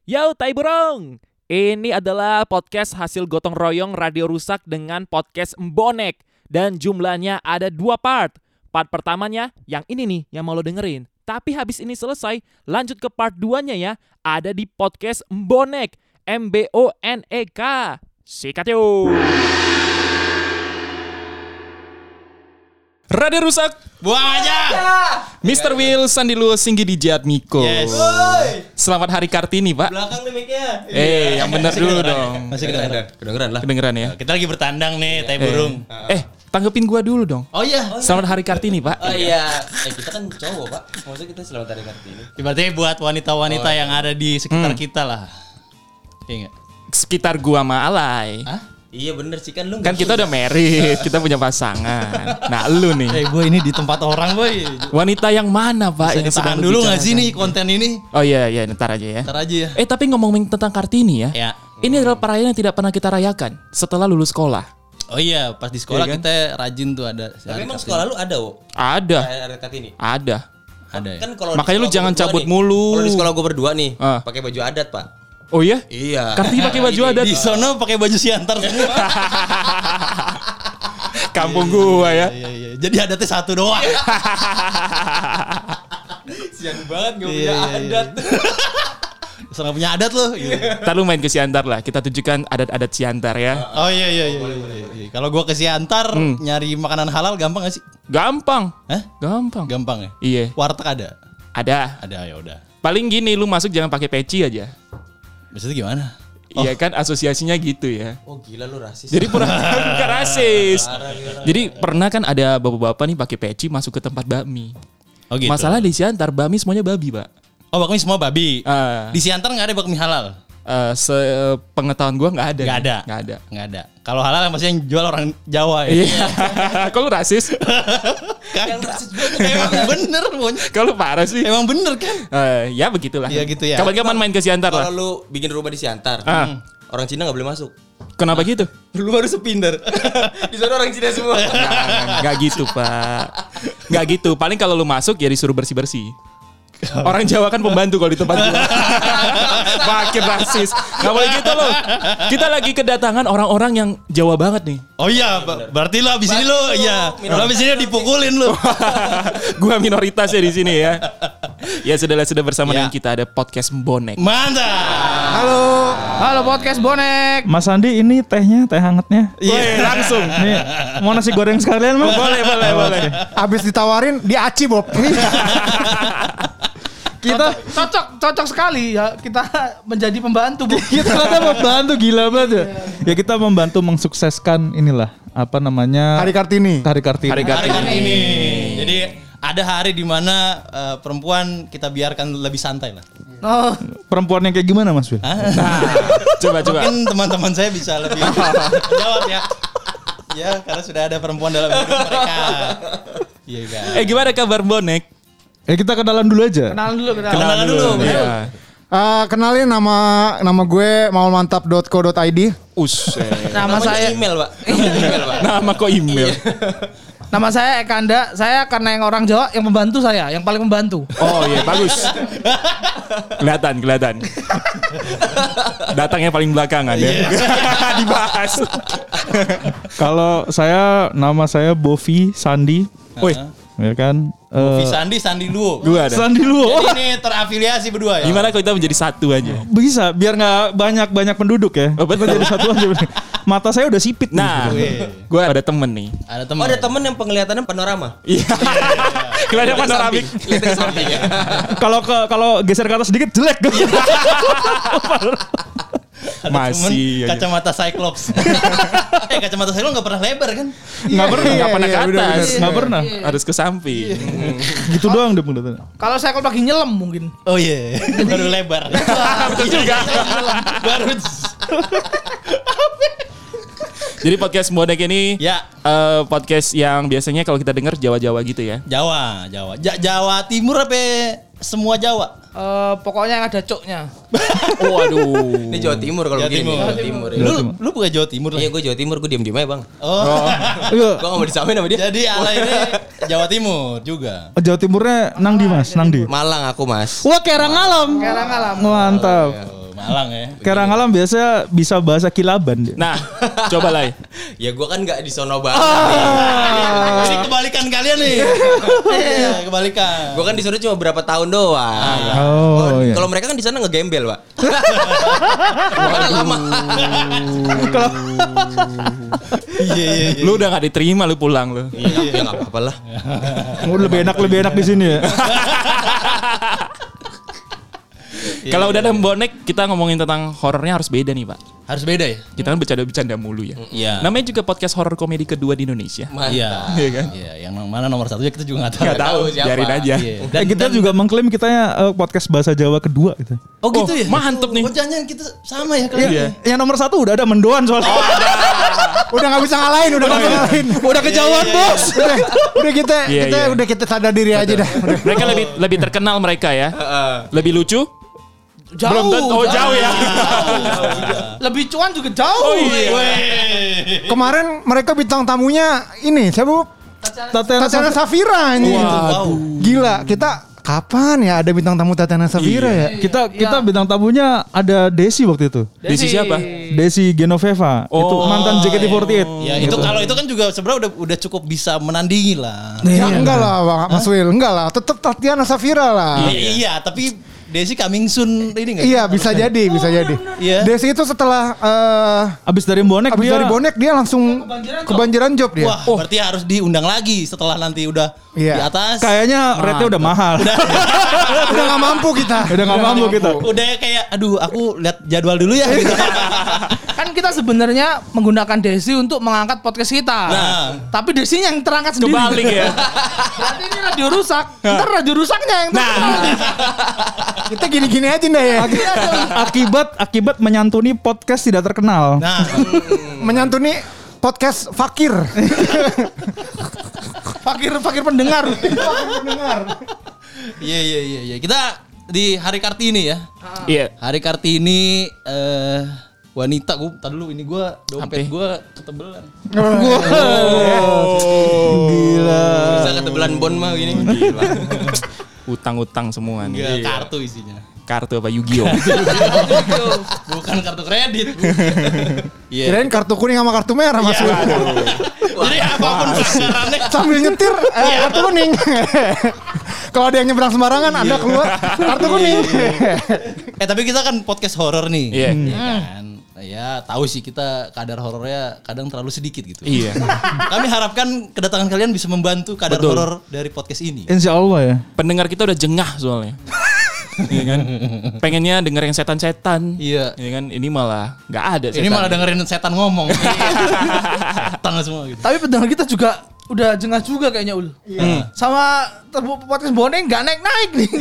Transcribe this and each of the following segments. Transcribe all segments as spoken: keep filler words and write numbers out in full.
Yo, tai burung. Ini adalah podcast hasil gotong royong Radio Rusak dengan podcast Mbonek. Dan jumlahnya ada dua part. Part pertamanya yang ini nih yang mau lo dengerin. Tapi habis ini selesai, lanjut ke part duanya ya. Ada di podcast Mbonek. M B O N E K. Sikat yuk. Radio Rusak. Buang aja. mister Will Sandilu Singgi Dijat Miko. Yes. Selamat Hari Kartini, Pak. Belakang nih mic-nya. Eh, yang benar dulu dong. Masih kedengeran. Kedengeran lah. Kedengeran ya. Kita lagi bertandang nih, tai burung. Eh, tanggepin gua dulu dong. Oh iya. Selamat Hari Kartini, Pak. Oh iya. Eh kita kan cowok, Pak. Maksudnya kita selamat hari Kartini. Berarti buat wanita-wanita yang ada di sekitar kita lah. Iya enggak? Sekitar gua sama Alay. Hah? Iya bener sih kan lu. Kan kita udah married, kita punya pasangan. Nah, lu nih. Eh, boy ini di tempat orang, boy. Wanita yang mana, Pak? Bisa Yang sedang ditahan lu dulu nggak bicarakan? sih nih konten ini? Oh iya, iya, ntar aja ya. Ntar aja ya. Eh, tapi ngomongin tentang Kartini ya. Ya. Ini adalah perayaan yang tidak pernah kita rayakan setelah lulus sekolah. Oh iya, pas di sekolah Iya kan? kita rajin tuh ada. Tapi emang sekolah lu ada, Wo? Ada. Hari Kartini. Ada. Ada ya. Kan kalau di Makanya lu sekolah jangan gua berdua cabut nih. mulu. Kalau di sekolah gua berdua nih, Ah. pakai baju adat, Pak. Oh iya? Iya. Kartini pakai baju adat. Di sono pakai baju siantar semua. Kampung gua ya. Iya iya. Jadi adatnya satu doang. Sian banget gak Iya, iya, iya. So nggak punya adat loh. Gitu. Ntar lu main ke Siantar lah. Kita tunjukkan adat-adat Siantar ya. Oh iya iya iya. iya, iya. Kalau gua ke Siantar nyari makanan halal gampang gak sih? Gampang. Hah? Gampang. Gampang ya. Iya. Warteg ada. Ada. Ada ya udah. Paling gini, lu masuk jangan pakai peci aja. Maksudnya gimana? Iya kan asosiasinya gitu ya. Oh gila lu rasis. Jadi pernah bukan rasis. Jadi pernah kan ada bapak-bapak nih pakai peci masuk ke tempat bakmi. Oh gitu. Masalah di Siantar bakmi semuanya babi, Pak. Oh bakmi semua babi. Ah. Di Siantar nggak ada bakmi halal. Eh, sepengetahuan gua nggak ada. Nggak nih. ada. Nggak ada. Nggak ada. Kalau halal yang pasti yang jual orang Jawa ya. Iya. Kok lu rasis? Kan emang bener, Mon. Kalau parah sih. Emang bener kan? Eh, ya begitulah. Iya gitu ya. Kapan-kapan main ke Siantar Kalau lah. lu bikin rumah di Siantar, Ah. orang Cina nggak boleh masuk. Kenapa gitu? Lu baru sepindah. Di sana orang Cina semua. Nggak, nggak gitu, Pak. Nggak gitu. Paling kalau lu masuk ya disuruh bersih-bersih. Orang Jawa kan pembantu kalau di tempat gua. Makin rasis. Nggak boleh gitu loh. Kita lagi kedatangan orang-orang yang Jawa banget nih. Oh iya, ba- berarti lo abis ini lo, iya, lo abis ini dipukulin lo. Gua minoritas ya di sini ya. Ya sudah sudah bersama Ya. dengan kita ada podcast Mbonek. Mantap. Halo, halo podcast Bonek. Mas Andi ini tehnya, teh hangatnya. Woi, langsung. Nih, mau nasi goreng sekalian, Mas? Boleh, boleh, boleh. Abis ditawarin di aci Bob. Kita Cocok, cocok sekali ya kita menjadi pembantu Bob. kita kan membantu gila banget ya. Ya kita membantu mensukseskan inilah apa namanya Hari Kartini. Hari Kartini. Hari Hari Kartini. ini. Jadi ada hari di mana eh, perempuan kita biarkan lebih santai lah. Oh, Perempuan yang kayak gimana, Mas Wil? Hah? Coba coba. Mungkin teman-teman saya bisa lebih jawab ya. Ya, karena sudah ada perempuan dalam hidup mereka. Iya kan. Eh gimana kabar Bonek? Eh kita kenalan dulu aja. kenalan dulu kenalan. Kenalan dulu. Iya. Eh, kenalin nama nama gue maulmantap dot co dot i d. Uset. Nama Namanya saya email, Pak. Namanya email, Pak. Nama kok email? nama saya Ekanda. Saya karena yang orang Jawa yang membantu saya, yang paling membantu. Oh iya bagus. Kelihatan, kelihatan. Datangnya paling belakangan ya. Dibahas. Kalau saya nama saya Bovi Sandi. Woi, Ya kan? Bovi Eh, Sandi, Sandi Luo. gua ada. Sandi Luo. Jadi ini terafiliasi berdua ya. Gimana kalau kita menjadi satu aja? Bisa biar nggak banyak-banyak penduduk ya. Oh, betul. Kita jadi satu aja. Mata saya udah sipit nih. Nah, Wih. gue ada temen nih. Ada Oh, teman. ada temen yang penglihatannya panorama. Iya. Kelihatan panoramik. Kelihatan samping ya. Kalau ke kalau geser ke atas sedikit jelek. Ada Masih temen aja. kacamata Cyclops. eh kacamata Cyclops nggak pernah lebar kan? Nggak pernah. Nggak pernah ke iya, bener, atas. bener. Nggak pernah. Harus ke samping. Gitu doang dia penglihatannya. Kalau saya kalau lagi nyelam mungkin. Oh iya, baru lebar. Betul juga. baru. Jadi podcast Bonek ini Ya, eh, podcast yang biasanya kalau kita dengar Jawa-Jawa gitu ya. Jawa, Jawa, Ja- Jawa Timur apa semua Jawa? Eh, pokoknya yang ada coknya. Oh aduh. Ini Jawa Timur kalau Jawa begini. Timur. Jawa Timur. ya. Lu, lu bukan Jawa Timur lah. Iya, gue Jawa Timur, gue diem-diem aja, Bang. Oh, Iya. Gue gak mau disamain sama dia. jadi ala ini Jawa Timur juga. Jawa Timurnya nang di Mas, nang di. Malang aku, Mas. Wah, Karangalam. Karangalam. Mantap. Oh, Malang ya. Karang Alam biasa bisa bahasa Kilaban dia. Nah, coba lah. Ya gue kan nggak di sono banget. Ah. Ini kebalikan kalian nih. Iya, kebalikan. Gue kan di sono cuma berapa tahun doang. Oh, iya. Kalau mereka kan di sana ngegembel, Pak. Makanya lama. Kalau Iya iya iya. Lu udah gak diterima lu pulang lu. Iya, ya nggak apa-apa lah. lebih enak lebih enak di sini ya. Kalau udah ada bonek, kita ngomongin tentang horornya harus beda nih, Pak. Harus beda ya? Kita kan bercanda-bercanda mulu ya. Iya. Namanya juga podcast horor komedi kedua di Indonesia. Iya. Iya kan? Iya, yang mana nomor satunya kita juga nggak tahu. Gak tahu, siapa. biarin aja. Iya. Dan kita juga mengklaim kitanya uh, podcast bahasa Jawa kedua gitu. Oh gitu ya? mantep nih. Oh jangan kita sama ya kalian. Iya. Yang nomor satu udah ada mendoan soalnya. Udah nggak bisa ngalahin, udah nggak bisa ngalahin. Udah kejauhan bos. Udah, udah kita Iya, kita iya. udah kita sadar diri aja dah. Udah. Mereka lebih lebih terkenal mereka ya. Lebih lucu. Jauh. Belum tentu. Oh, jauh ya. Lebih cuan juga jauh. Oh iya. Kemarin mereka bintang tamunya ini siapa? Tatiana Tatiana Safira ini. Wow. Gila, kita kapan ya ada bintang tamu Tatiana Safira ya? Kita kita bintang tamunya ada Desi waktu itu. Desi siapa? Desi Genoveva. Itu Oh. mantan J K T empat delapan. Ya itu kalau itu kan juga sebenarnya udah udah cukup bisa menandingi lah. Ya enggak lah, Bang Mas Wil, enggak lah. Tetap Tatiana Safira lah. Iya, iya, tapi Desi coming soon ini enggak? Iya, bisa jadi, bisa jadi. Iya. Desi itu setelah eh Abis dari bonek habis dia dari bonek dia langsung kebanjiran job dia. Wah, berarti harus diundang lagi setelah nanti udah Iya. di atas. kayaknya rate-nya udah mahal. Udah nggak mampu kita. Udah nggak mampu kita. Udah kayak aduh aku lihat jadwal dulu ya gitu. Kan kita sebenarnya menggunakan Desi untuk mengangkat podcast kita. Nah. Tapi Desinya yang terangkat sendiri. Kebalik ya. Berarti ini radio rusak. Ntar radio rusaknya yang terkenal. Kita gini-gini aja dah ya. akibat akibat menyantuni podcast tidak terkenal. Nah, Menyantuni podcast fakir. Fakir fakir pendengar. iya iya iya iya. Kita di Hari Kartini ya. Iya. Hari Kartini eh wanita gue tadi dulu ini gue dompet Apa? gue ketebelan. Gila. Bisa ketebelan bon mah gini. Gila. Utang-utang semua Enggak, nih. kartu isinya. Kartu apa Yu-Gi-Oh. Bukan kartu kredit. Iya. Kirain kartu kuning sama kartu merah Mas Wil. Jadi apapun pelanggarannya Sambil nyetir eh, kartu kuning. Kalau ada yang nyebrang sembarangan Anda keluar kartu kuning. Eh tapi kita kan podcast horor nih. Iya. Iya kan. Ya tahu sih kita kadar horornya kadang terlalu sedikit gitu. Iya. Kami harapkan kedatangan kalian bisa membantu kadar Betul. horor dari podcast ini. Insya Allah ya. Pendengar kita udah jengah soalnya. Iya kan? Pengennya denger yang setan-setan. Iya. Iya kan? Ini malah nggak ada setan. Ini malah dengerin setan ngomong. Setan semua gitu. Tapi pendengar kita juga udah jengah juga kayaknya Ul. Hmm. Sama terbu podcast boneng nggak naik-naik nih.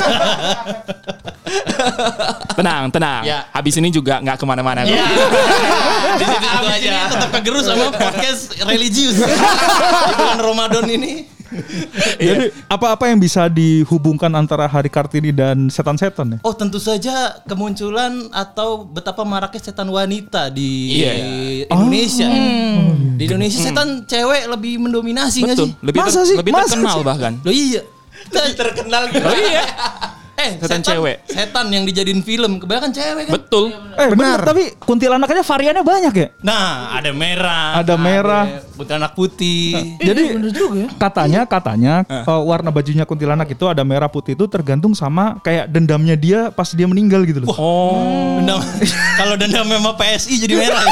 Tenang, tenang. Ya. Habis ini juga nggak kemana-mana. kok. Iya. Di situ Abis aja. ini Tetap kegerus sama podcast religius. Di bulan Ramadan ini. Jadi apa-apa yang bisa dihubungkan antara Hari Kartini dan setan-setan ya? Oh tentu saja kemunculan atau betapa maraknya setan wanita di Iya. Indonesia. Di Indonesia setan cewek lebih mendominasi nggak Betul. sih? Lebih ter- Masa sih? lebih Masa terkenal sih? bahkan. Loh iya. Terkenal gitu. Oh iya. Eh Setan cewek. Setan yang dijadiin film kebanyakan cewek kan? Betul. Eh benar. Tapi kuntilanaknya variannya banyak ya? Nah ada merah. Ada merah. Kuntilanak putih. Jadi katanya katanya uh, warna bajunya kuntilanak itu ada merah putih itu tergantung sama kayak dendamnya dia pas dia meninggal gitu loh. Oh. Dendam. Kalau dendam sama P S I jadi merah. Ya.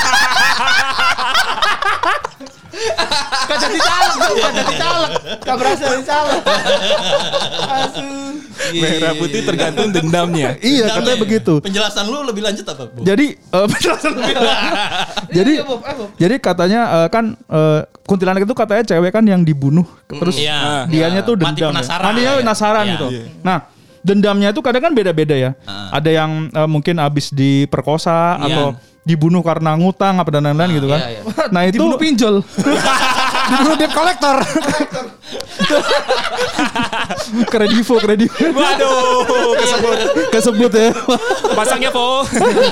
Gak jadi caleg, gak jadi caleg. Gak berhasil jadi caleg. Merah putih tergantung dendamnya. Iya Dendamnya. katanya begitu. Penjelasan lu lebih lanjut apa? Bu? Jadi uh, jadi Iya, Bob, eh, Bob. jadi katanya uh, kan uh, kuntilanak itu katanya cewek kan yang dibunuh terus Iya. dianya tuh Mati dendam. penasaran. Ya. Matinya Iya. penasaran Iya. gitu. Nah, dendamnya itu kadang kan beda-beda ya. Ah. Ada yang uh, mungkin habis diperkosa Iya. atau dibunuh karena ngutang apa dan lain-lain gitu kan. iya, iya. Nah, itu Dibunuh pinjol. Dibunuh debt collector. kredivo, kredivo. Waduh, kesebut. Kesebut ya. Pasangnya po.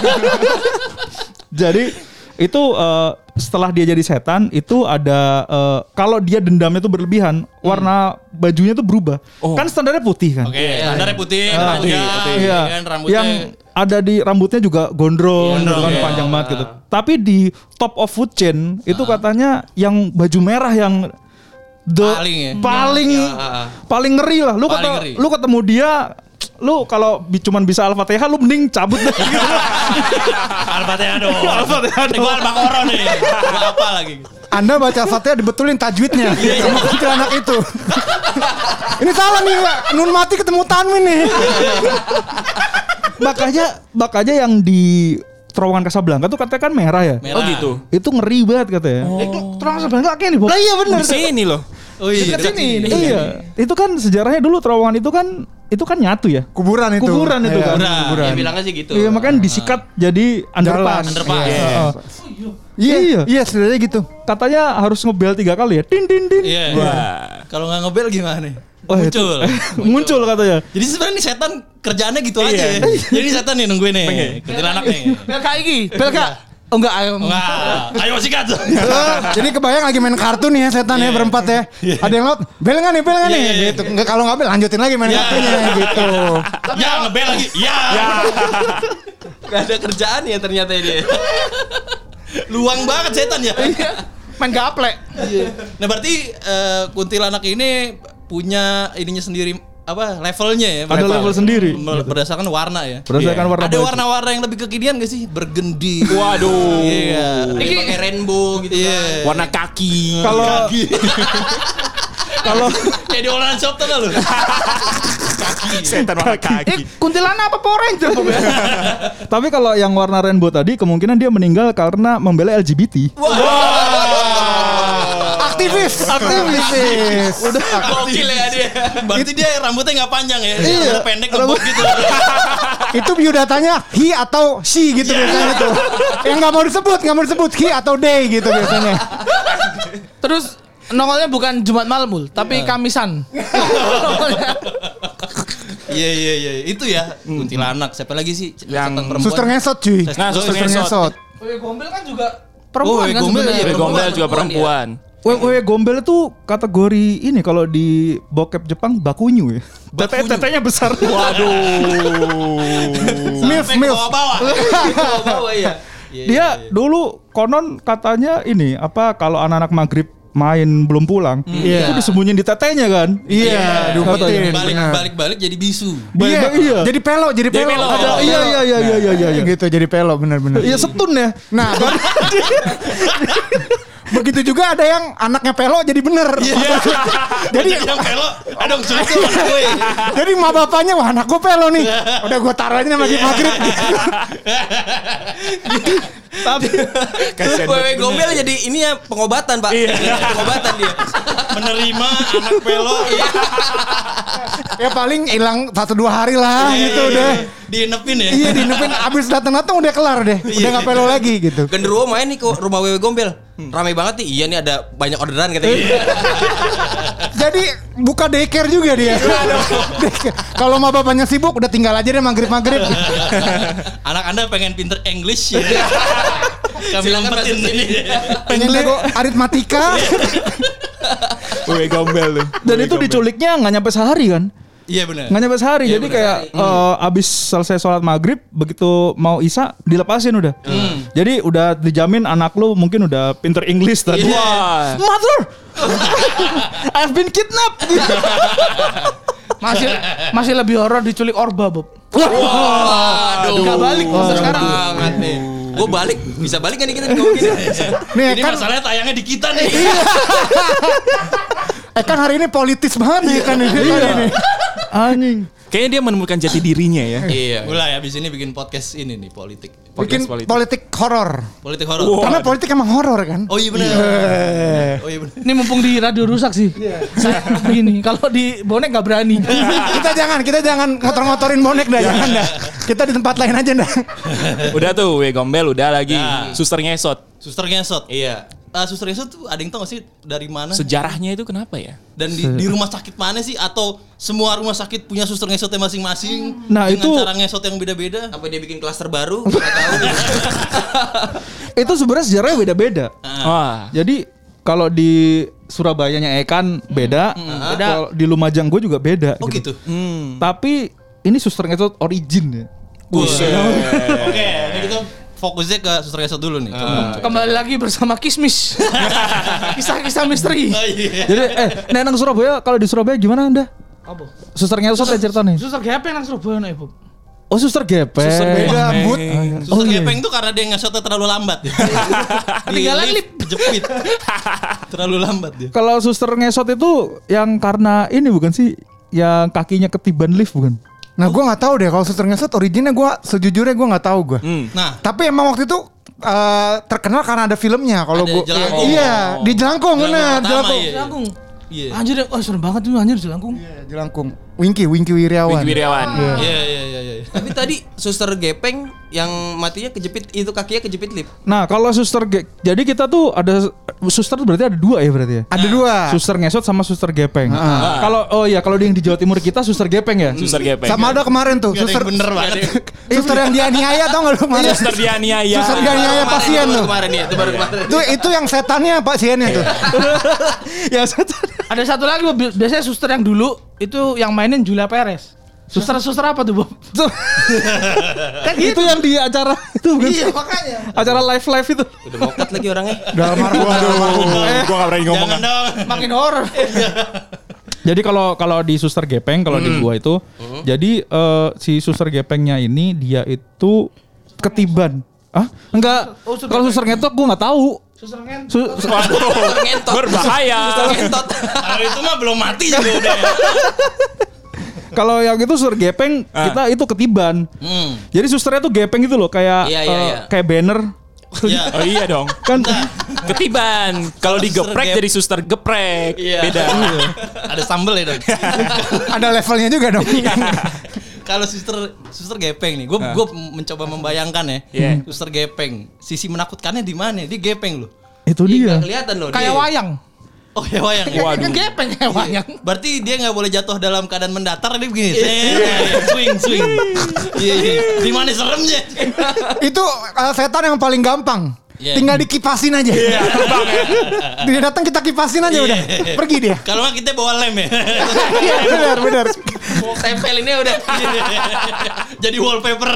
Jadi itu uh, setelah dia jadi setan itu ada uh, kalau dia dendamnya itu berlebihan, warna bajunya tuh berubah. Oh. Kan standarnya putih kan. Oke, standarnya putih, Ah, panjang, putih, ya Iya. kan rambutnya. Yang ada di rambutnya juga gondrong, gitu kan iya. panjang banget gitu. Tapi di top of food chain itu katanya yang baju merah yang the Paling ya? paling Ya. paling ngeri lah. Lu Paling kata, ngeri. lu ketemu dia, lu kalau bi- cuman bisa Al-Fatihah lu mending cabut deh. Gitu. Al-Fatihah dong. Al-Fatihah Gue Al-Baqarah nih. Gue apa lagi? Anda baca Al-Fatihah dibetulin tajwidnya sama kuntilanak itu. Ini salah nih, Pak. Nun mati ketemu tanwin nih. makanya makanya yang di terowongan Casablanca tuh katanya kan merah ya. Merah. Oh gitu. Itu ngeri banget katanya. Eh, terowongan Casablanca kayak nih, Bob. Lah iya bener. Di sini loh. Oh iya. Dekat sini. Iya, itu kan sejarahnya dulu terowongan itu kan itu kan nyatu ya. Kuburan itu. Kuburan itu Iya, kan. Kuburan. Ya bilangnya sih gitu. Iya makanya disikat jadi underpass. Underpass. Iya. Iya, Iya. iya, sebenarnya gitu. Katanya harus ngebel tiga kali ya. Din din din. Iya. Kalau nggak ngebel gimana? Wah, itu- Muncul. Muncul katanya. Jadi sebenarnya nih setan kerjaannya gitu aja ya. Jadi setan nih nungguin nih. Kuntilanak nih. Belka iki, Belka. Oh enggak, ayo. Wah, ayo sikat. Jadi kebayang lagi main kartun nih ya setan ya berempat ya. Ada yang laut, bel nggak nih, bel nggak nih, Iya, iya, gitu. Nggak, kalau nggak bel lanjutin lagi main Iya. kartunya gitu. Ya ngebel lagi. Ya. Gak ada kerjaan ya ternyata ini. Luang banget setan ya. Main gaplek. Nah berarti eh, kuntilanak ini punya ininya sendiri apa levelnya ya? Ada level sendiri. Ber- Berdasarkan warna ya. Berdasarkan warna Ada baju. warna-warna yang lebih kekinian gak sih? Bergendi. Waduh. Iya. Ini pakai rainbow gitu Iya. kan. Warna kaki. Kalau kalau Kayak di online shop tuh lu. setan warna Eh, kaki. kuntilanak apa Power Ranger, Bob? ya? tapi kalau yang warna rainbow tadi kemungkinan dia meninggal karena membela L G B T. Aktivis, aktivis. Udah. Gokil ya dia. Berarti dia rambutnya nggak panjang ya? Iya. Rambutnya pendek ngebok gitu. Itu biodatanya he atau she gitu biasanya tuh. Yang nggak mau disebut, nggak mau disebut he atau they gitu biasanya. Terus nongolnya bukan Jumat malam, Mul, tapi Kamisan. Iya iya iya. Itu ya kuntilanak. Siapa lagi sih? Yang Setan perempuan. Suster ngesot cuy. Nah, suster ngesot. Wewe Gombel kan juga Oh, perempuan Wewe kan Gombel, sebenarnya. iya, Wewe Gombel juga perempuan. Wewe gombel itu kategori ini kalau di bokep Jepang bakunyu ya. Tete tetenya besar. Waduh. Milf, Sampai ke milf. bawah-bawah. Bawah ya. Dia dulu konon katanya ini apa kalau anak-anak maghrib main belum pulang Iya. itu disembunyiin di tetenya kan. Iya, diumpetin. Balik benar. balik balik jadi bisu. Iya, Iya. jadi pelo, jadi pelo. pelo. Ada, Iya iya iya iya iya iya. iya. gitu, jadi pelo benar-benar. Iya setun ya. Nah, begitu juga ada yang anaknya pelo jadi bener. Jadi yang pelo, aduh sulit tuh anak gue. jadi mak bapaknya wah anak gue pelo nih. Udah gue taruh aja maghrib maghrib. Tapi Wewe Gombel jadi ini ya pengobatan, Pak. Pengobatan dia. Menerima anak pelo. Ya paling hilang satu dua hari lah gitu deh. Dienepin ya. Iya dinepin abis datang-datang udah kelar deh. Udah nggak pelo lagi gitu. Genderuwo main nih ke rumah Wewe Gombel. Ramai banget nih. Iya nih ada banyak orderan katanya. Jadi buka daycare juga dia. Daycare. Kalau sama bapaknya sibuk udah tinggal aja deh maghrib-maghrib. Anak Anda pengen pinter English ya. Kami Silakan lampetin masuk ini. Pengen jago aritmatika. Wewe Gombel tuh. dan itu diculiknya nggak nyampe sehari kan. Iya benar. Nggak nyampe sehari. Iya, Jadi bener. kayak eh, abis selesai sholat maghrib begitu mau isya dilepasin udah. Jadi udah dijamin anak lu mungkin udah pinter English tadi. Wah. Mother, I've been kidnapped. Masih masih lebih horor diculik Orba, Bob. Waduh. Gak balik sampai sekarang. Banget nih. Gue balik, bisa balik kan nih kita ngomong gini. Nih Ini kan, masalahnya tayangnya di kita nih. eh kan hari ini politis banget nih kan ini. kan ini. Anjing. Kayaknya dia menemukan jati dirinya ya. Iya. Mulai abis ini bikin podcast ini nih politik. Bikin politik. politik horor. Politik horor. Karena politik emang horor kan. Oh iya benar. Eh. Oh iya benar. Ini mumpung di radio rusak sih. Saya begini, kalau di bonek nggak berani. kita jangan, kita jangan ngotor-ngotorin bonek dah, jangan dah. Kita di tempat lain aja dah. Udah tuh Wewe Gombel udah lagi. Nah. Suster ngesot. Suster ngesot. Iya. Ah, suster ngesot tuh ada yang tau gak sih dari mana? Sejarahnya itu kenapa ya? Dan di, di rumah sakit mana sih? Atau semua rumah sakit punya suster ngesotnya masing-masing? Nah, dengan itu- cara ngesot yang beda-beda. Sampai dia bikin klaster baru, nggak tahu. Itu sebenarnya sejarahnya beda-beda. Wah. Jadi kalau di Surabayanya Ekan beda, Beda. kalau di Lumajang gue juga beda. Oh gitu. Hmm. Tapi ini suster ngesot origin ya. fokus. Oke, ini kita fokusnya ke Suster Ngesot dulu nih. Coba. Kembali lagi bersama Kismis. Kisah-kisah misteri. Oh, iya. Jadi eh nenang Surabaya, kalau di Surabaya gimana Anda? Apa? Suster ngesot ya cerita nih. Suster gepeng nang Surabaya nek, Bu. Oh, suster gepeng. Suster Gambut. Suster Oh, iya. gepeng tuh karena dia ngesotnya terlalu lambat. Ketinggalan Di lift kejepit. Terlalu lambat dia. Kalau suster ngesot itu yang karena ini bukan sih, yang kakinya ketiban lift bukan? Nah gue nggak tahu deh kalau Suster Ngesot originnya gue sejujurnya gue nggak tahu gue. Hmm. Nah, Tapi emang waktu itu uh, terkenal karena ada filmnya. Kalau Ada gue Jelangkung. iya di Jelangkung Jelangkung benar pertama, Jelangkung. iya. Jelangkung. iya. Anjir, oh serem banget tuh anjir Jelangkung. Iya, Jelangkung. Winky, Winky Wiryawan. Wiki Wiryawan. Iya, iya, iya, iya. Tapi tadi suster gepeng yang matinya kejepit itu kakinya kejepit lip. Nah, kalau suster ge- jadi kita tuh ada suster tuh berarti ada dua ya berarti ya. Ada dua. Suster ngesot sama suster gepeng. Kalau oh ya kalau yang di Jawa Timur kita suster gepeng ya. Suster gepeng. Sama ada kemarin tuh Gak ada suster yang bener banget. suster yang dianiaya tau nggak lu kemarin? Suster dianiaya. Suster dianiaya Kemarin, pasien itu baru tuh. Kemarin ya, itu baru kemarin. Itu itu yang setannya pasiennya tuh. Ya satu. Ada satu lagi Bu, biasanya suster yang dulu itu yang mainin Julia Perez. Suster-suster apa tuh, Bob? Kan itu yang di acara itu bukan Iya, sih? makanya. Acara live live itu. Udah mokat lagi orangnya. Dalam marhum. Gue gak berani ngomong. Jangan dong. Makin horor. Jadi kalau kalau di suster gepeng kalau di gua itu jadi eh, si suster gepengnya ini dia itu ketiban. Ah? Enggak. Oh, suster Kalau suster ngetok gua nggak tahu. Suster ngen. Su- su- Waduh, Ngentot. berbahaya. Suster ngentot. Kalau itu mah belum mati juga udah. Kalau yang itu suster gepeng kita itu ketiban. Hmm. Jadi susternya tuh gepeng gitu loh kayak Iya, iya, eh, iya. kayak banner. Iya. Oh iya dong. Kan Ketiban. Kalau digeprek gep- jadi suster geprek. Iya. Beda. Ada sambel ya dong. Ada levelnya juga dong. Kalau suster suster gepeng nih, gue gue mencoba membayangkan ya. Iya. Suster gepeng, sisi menakutkannya di mana? Dia gepeng loh. itu Iya, dia. nggak kelihatan loh. Kayak dia. wayang. Oh ya wayang. Waduh. Kan gepeng kayak wayang. Berarti dia nggak boleh jatuh dalam keadaan mendatar dia begini. Swing swing. Iya iya. Di mana seremnya? Itu uh, setan yang paling gampang. Iya. Tinggal dikipasin aja. Dia datang kita kipasin aja udah. Pergi dia. Kalau nggak kita bawa lem ya. Iya benar benar. Tempel ini udah. Jadi wallpaper.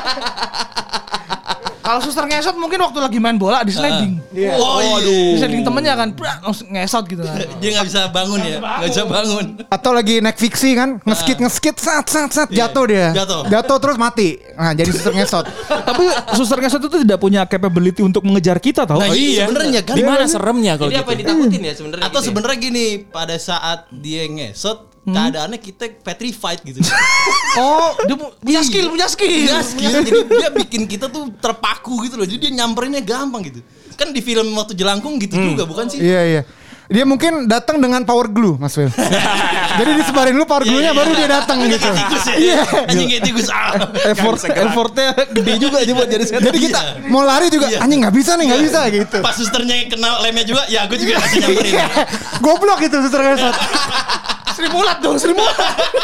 Kalau suster ngesot mungkin waktu lagi main bola di sliding. Oh iya. Di sliding temennya kan, brak, langsung ngesot gitu kan. Dia nggak bisa bangun ya. Nggak bisa bangun. Atau lagi naik fiksi kan, ngeskit ngeskit sat sat sat jatuh dia. Jatuh. Jatuh terus mati. Nah, jadi suster ngesot. Tapi suster ngesot itu tidak punya capability untuk mengejar kita tahu. Nah, Oh iya, iya. sebenarnya kan. Di mana seremnya kalau Jadi gitu? apa yang ditakutin ya sebenarnya? Atau gitu ya? sebenarnya gini, pada saat dia ngesot, keadaannya kita petrified gitu. Oh, dia pu- punya skill, punya skill. Iya, skill. Jadi dia bikin kita tuh terpaku gitu loh. Jadi dia nyamperinnya gampang gitu. Kan di film waktu Jelangkung gitu juga bukan sih? Iya iya. Dia mungkin datang dengan power glue, Mas Wil. Jadi disebarin lu power glue-nya baru dia datang gitu. Tikus ya. Iya. Anjing kayak tikus. Ah. Effort effortnya gede juga aja buat jadi setan. Jadi kita mau lari juga, Iya. anjing nggak bisa nih, nggak bisa gitu. Pas susternya kena lemnya juga, ya aku juga kasih nyamperin. Goblok itu suster ngesot. Sri Mulat dong, Sri Mulat.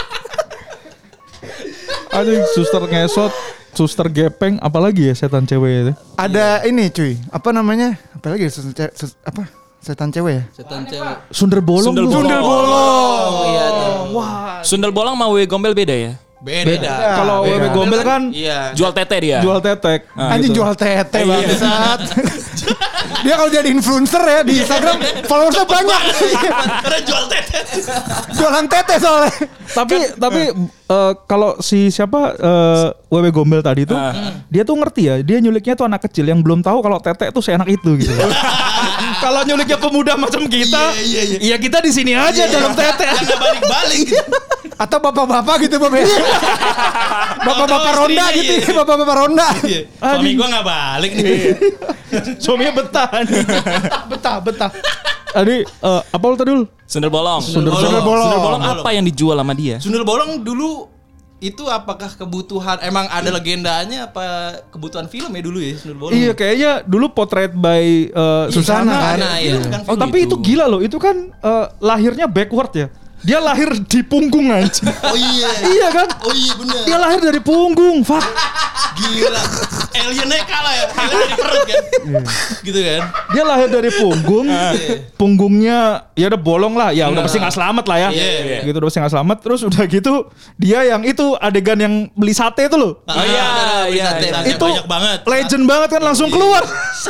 Aduh, suster ngesot, suster gepeng, apalagi ya setan cewek itu. Ada ini cuy, apa namanya? Apalagi suster ce- sus- apa? Setan cewek ya? Setan cewek. Sundel bolong. Sundel lu. bolong. Sundel bolong. Oh iya tuh. Wah, Sundel bolong sama wewe gombel beda ya? Beda. Kalau beda. wewe gombel kan Iya. Jual tete dia. jual tetek. Anjing gitu. jual tete bangsat. Dia kalau jadi influencer ya di Instagram followersnya banyak. Karena jual tete. Jualan tete soalnya. Tapi tapi eh, kalau si siapa eh, wewe gombel tadi tuh dia tuh ngerti ya, dia nyuliknya tuh anak kecil yang belum tahu kalau tetek tuh seenak itu gitu. Kalau nyuliknya pemuda macam kita, Iya, iya, iya. ya kita di sini aja dalam tetek. Jangan balik-balik gitu. Atau bapak-bapak gitu Bob ya. Bapak-bapak Tahu-tahu ronda istrinya, gitu iya. ya, bapak-bapak ronda. Iya. Suami gua nggak balik nih. Suaminya betah. betah, betah. Tadi eh, apa lu tadi dulu? Sundel bolong. Sundel bolong. Sundel bolong. Sundel bolong Bolong. apa yang dijual sama dia? Sundel bolong dulu itu apakah kebutuhan emang ada legendanya apa kebutuhan film ya dulu ya Sundel bolong? Iya kayaknya dulu Portrait by eh, Susana Susana. kan. Nah, iya. Kan Oh, film tapi itu gila loh, itu kan eh, lahirnya backward ya. Dia lahir di punggung anjing. Oh iya. Iya kan? Oh iya benar. Dia lahir dari punggung. Fuck. Gila. Aliennya kalah ya. Alien dari perut kan. Gitu kan. Dia lahir dari punggung. Punggungnya ya udah bolong lah. Ya udah pasti nggak selamat lah ya. Iya. Gitu udah pasti nggak selamat. Terus udah gitu dia yang itu adegan yang beli sate itu loh. Oh iya, iya. Itu banyak banget. legend banget kan langsung keluar.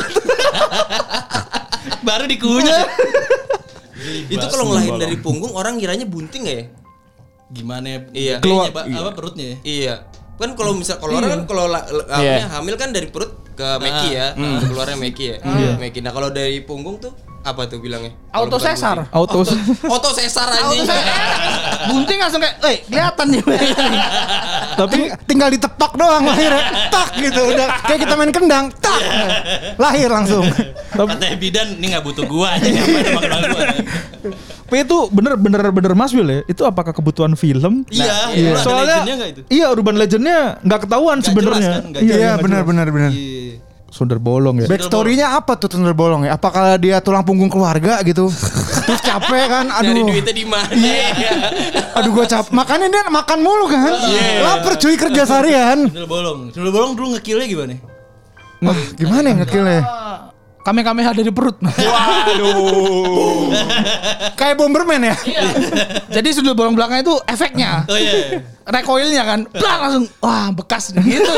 Baru dikunyah. Itu kalau ngelahirin dari punggung orang kiranya bunting gak ya? Gimana ya? Iya. Keluar apa perutnya ya? Iya. Kan kalau misal kalau orang kan kalau la- la- Iya. hamil kan dari perut ke Meki ya, keluarnya Meki ya. Meki. Nah kalau dari punggung tuh apa tuh bilangnya? Auto Kalau bukan sesar. Auto. bunting. Auto sesar anjing. Bunting langsung kayak, "Eh, kelihatan nih." Tapi Tinggal ditepak doang lahirnya. Tak gitu udah kayak kita main kendang. Tak. Lahir langsung. Katanya bidan, ini gak butuh gua aja. Ngapain sama kenal gua. Tapi itu bener-bener bener Mas Will ya. Itu apakah kebutuhan film? Iya. Iya. Ada Soalnya legendnya nggak itu? iya urban legendnya nggak ketahuan Nggak sebenarnya. jelas kan, nggak Iya, Iya nggak benar jelas. benar benar. Iya. Sundar bolong ya. Backstory-nya apa tuh Sundar bolong ya? Apakah dia tulang punggung keluarga gitu? Terus capek kan? Dari Aduh. duitnya di mana? Aduh gua capek. Makanya dia makan mulu kan? Laper cuy kerja seharian. Sundel bolong. Sundel bolong dulu ngekillnya gimana? Wah, gimana ya ngekillnya? Kame-kameha dari perut. Waduh. Kayak Bomberman ya? Jadi sudut bolong belakang itu efeknya. Oh iya. Recoilnya kan. Blang, langsung wah bekas gitu.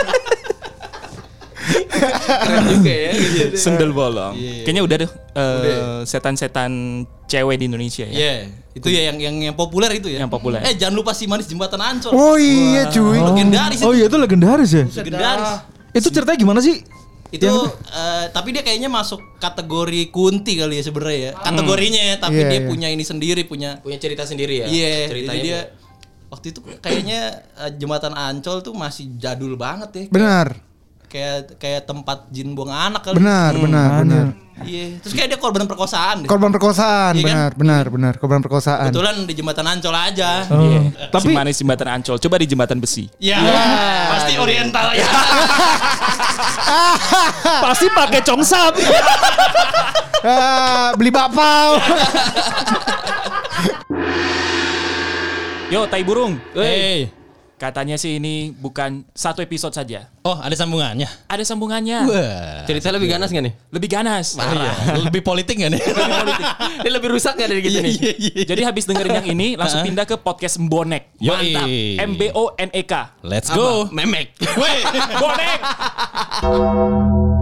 Keren juga ya. Gitu. Sendal bolong. Iya. Kayaknya udah deh eh, setan-setan cewek di Indonesia ya. Iya. Itu ya yang yang yang populer itu ya. Yang populer. Eh jangan lupa si manis jembatan Ancol. Oh iya cuy. Legendaris Oh itu. iya itu legendaris ya. Legendaris. Itu ceritanya gimana sih? Itu eh, tapi dia kayaknya masuk kategori Kunti kali ya sebenarnya ya. Kategorinya ya, tapi Iya, dia iya. punya ini sendiri, punya Punya cerita sendiri ya. Iya, Ceritanya jadi dia waktu itu kayaknya eh, jembatan Ancol tuh masih jadul banget ya. Benar. Kayak kayak tempat jin buang anak kali. Benar, benar, benar. Iya, terus kayak dia korban perkosaan deh. Korban perkosaan, Iya kan? benar, benar, benar. Korban perkosaan. Kebetulan di jembatan Ancol aja. Iya. Tapi- Si manis jembatan Ancol. Coba di jembatan besi. Ya, pasti oriental ya. Pasti pakai congsam. Ah, beli bakpao. Yo, tai burung. Hey. Katanya sih ini bukan satu episode saja. Oh, ada sambungannya. Ada sambungannya. Wah. cerita lebih ganas gak nih? Lebih ganas. Lebih politik gak nih? Ini lebih rusak gak dari gitu nih? Jadi habis dengerin yang ini langsung pindah ke podcast Mbonek. Yoi. Mantap. M B O N E K. Let's go. Memek. Weh. Bonek.